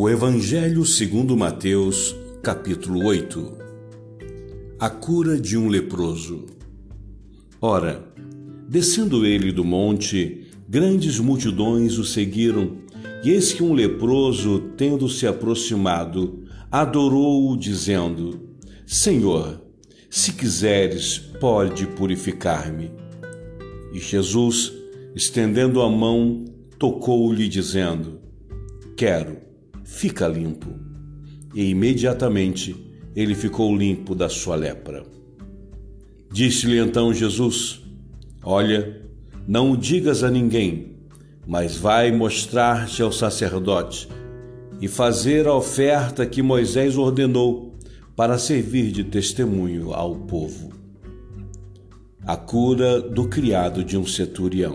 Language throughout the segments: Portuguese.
O Evangelho segundo Mateus, capítulo 8. A cura de um leproso. Ora, descendo ele do monte, grandes multidões o seguiram, e eis que um leproso, tendo se aproximado, adorou-o, dizendo: Senhor, se quiseres, pode purificar-me. E Jesus, estendendo a mão, tocou-lhe, dizendo: Quero, fica limpo. E imediatamente ele ficou limpo da sua lepra. Disse-lhe então Jesus: Olha, não o digas a ninguém, mas vai mostrar-te ao sacerdote e fazer a oferta que Moisés ordenou para servir de testemunho ao povo. A cura do criado de um centurião.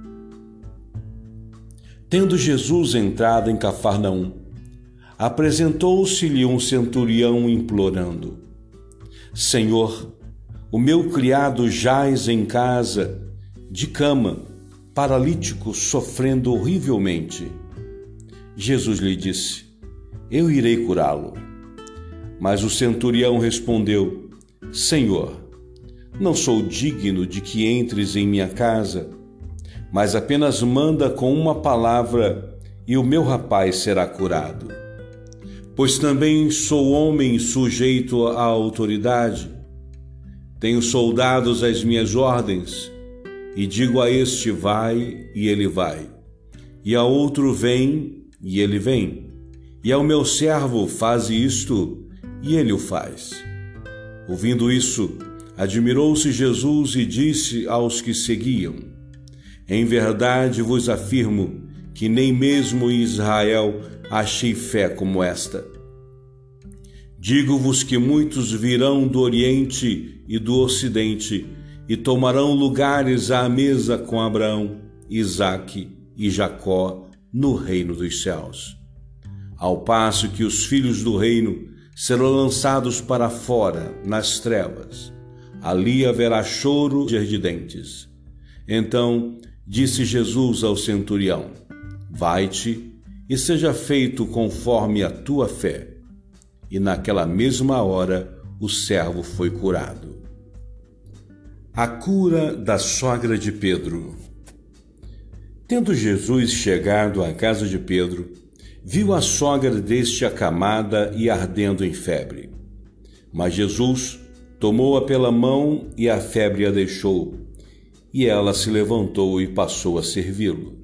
Tendo Jesus entrado em Cafarnaum, apresentou-se-lhe um centurião implorando: Senhor, o meu criado jaz em casa, de cama, paralítico, sofrendo horrivelmente. Jesus lhe disse: Eu irei curá-lo. Mas o centurião respondeu: Senhor, não sou digno de que entres em minha casa, mas apenas manda com uma palavra e o meu rapaz será curado. Pois também sou homem sujeito à autoridade. Tenho soldados às minhas ordens, e digo a este: vai, e ele vai. E a outro: vem, e ele vem. E ao meu servo: faze isto, e ele o faz. Ouvindo isso, admirou-se Jesus e disse aos que seguiam: Em verdade vos afirmo que nem mesmo em Israel achei fé como esta. Digo-vos que muitos virão do Oriente e do Ocidente e tomarão lugares à mesa com Abraão, Isaque e Jacó no reino dos céus. Ao passo que os filhos do reino serão lançados para fora, nas trevas. Ali haverá choro de dentes. Então disse Jesus ao centurião: Vai-te e seja feito conforme a tua fé. E naquela mesma hora o servo foi curado. A cura da sogra de Pedro. Tendo Jesus chegado à casa de Pedro, viu a sogra deste acamada e ardendo em febre. Mas Jesus tomou-a pela mão e a febre a deixou, e ela se levantou e passou a servi-lo.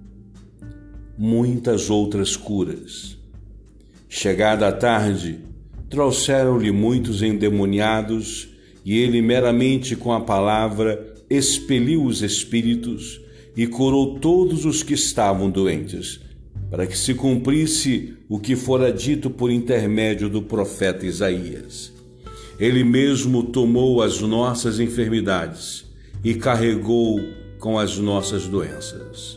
Muitas outras curas. Chegada a tarde, trouxeram-lhe muitos endemoniados, e ele meramente com a palavra expeliu os espíritos e curou todos os que estavam doentes, para que se cumprisse o que fora dito por intermédio do profeta Isaías. Ele mesmo tomou as nossas enfermidades e carregou com as nossas doenças.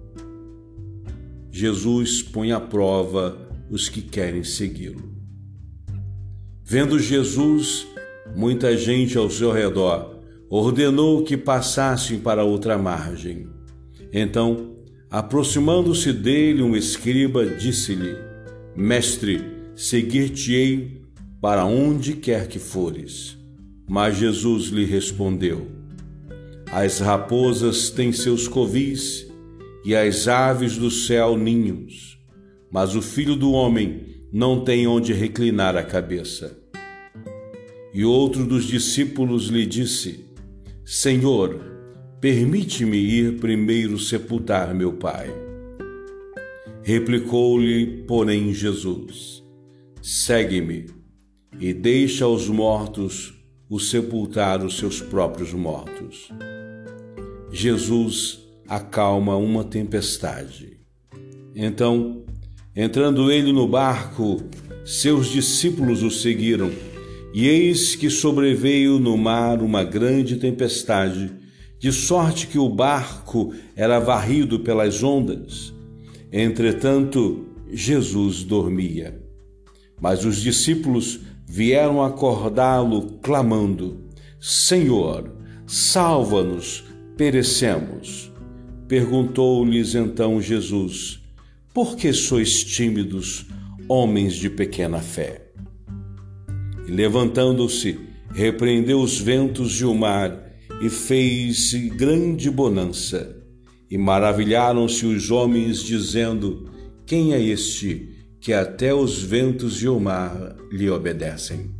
Jesus põe à prova os que querem segui-lo. Vendo Jesus, muita gente ao seu redor, ordenou que passassem para outra margem. Então, aproximando-se dele um escriba, disse-lhe: Mestre, seguir-te-ei para onde quer que fores. Mas Jesus lhe respondeu: As raposas têm seus covis e as aves do céu ninhos, mas o Filho do Homem não tem onde reclinar a cabeça. E outro dos discípulos lhe disse: Senhor, permite-me ir primeiro sepultar meu pai. Replicou-lhe, porém, Jesus: Segue-me e deixa aos mortos o sepultar os seus próprios mortos. Jesus acalma uma tempestade. Então, entrando ele no barco, seus discípulos o seguiram, e eis que sobreveio no mar uma grande tempestade, de sorte que o barco era varrido pelas ondas. Entretanto, Jesus dormia. Mas os discípulos vieram acordá-lo, clamando: Senhor, salva-nos, perecemos. Perguntou-lhes então Jesus: Por que sois tímidos, homens de pequena fé. E levantando-se, repreendeu os ventos e o mar, e fez grande bonança. E maravilharam-se os homens, dizendo: quem é este que até os ventos e o mar lhe obedecem?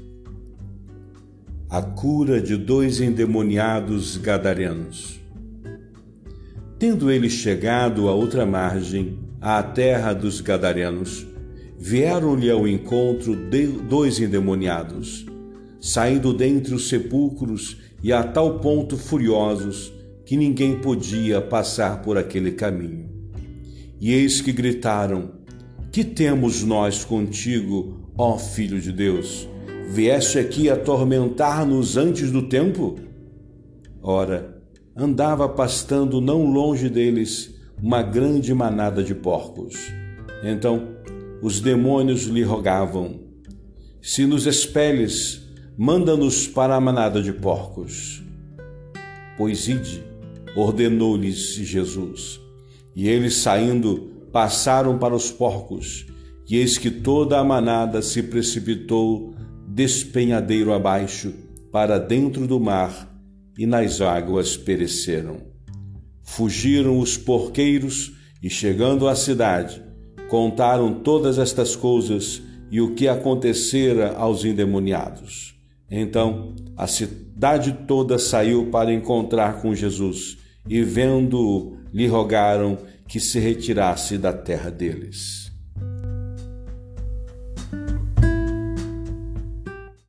A cura de 2 endemoniados gadarenos. Tendo eles chegado à outra margem, à terra dos gadarenos, vieram-lhe ao encontro 2 endemoniados, saindo dentre os sepulcros e a tal ponto furiosos que ninguém podia passar por aquele caminho. E eis que gritaram: que temos nós contigo, ó Filho de Deus? Vieste aqui atormentar-nos antes do tempo? Ora, andava pastando não longe deles uma grande manada de porcos. Então os demônios lhe rogavam: se nos expeles, manda-nos para a manada de porcos. Pois ide, ordenou-lhes Jesus. E eles, saindo, passaram para os porcos, e eis que toda a manada se precipitou despenhadeiro abaixo para dentro do mar, e nas águas pereceram. Fugiram os porqueiros e, chegando à cidade, contaram todas estas coisas e o que acontecera aos endemoniados. Então a cidade toda saiu para encontrar com Jesus, e vendo-o, lhe rogaram que se retirasse da terra deles.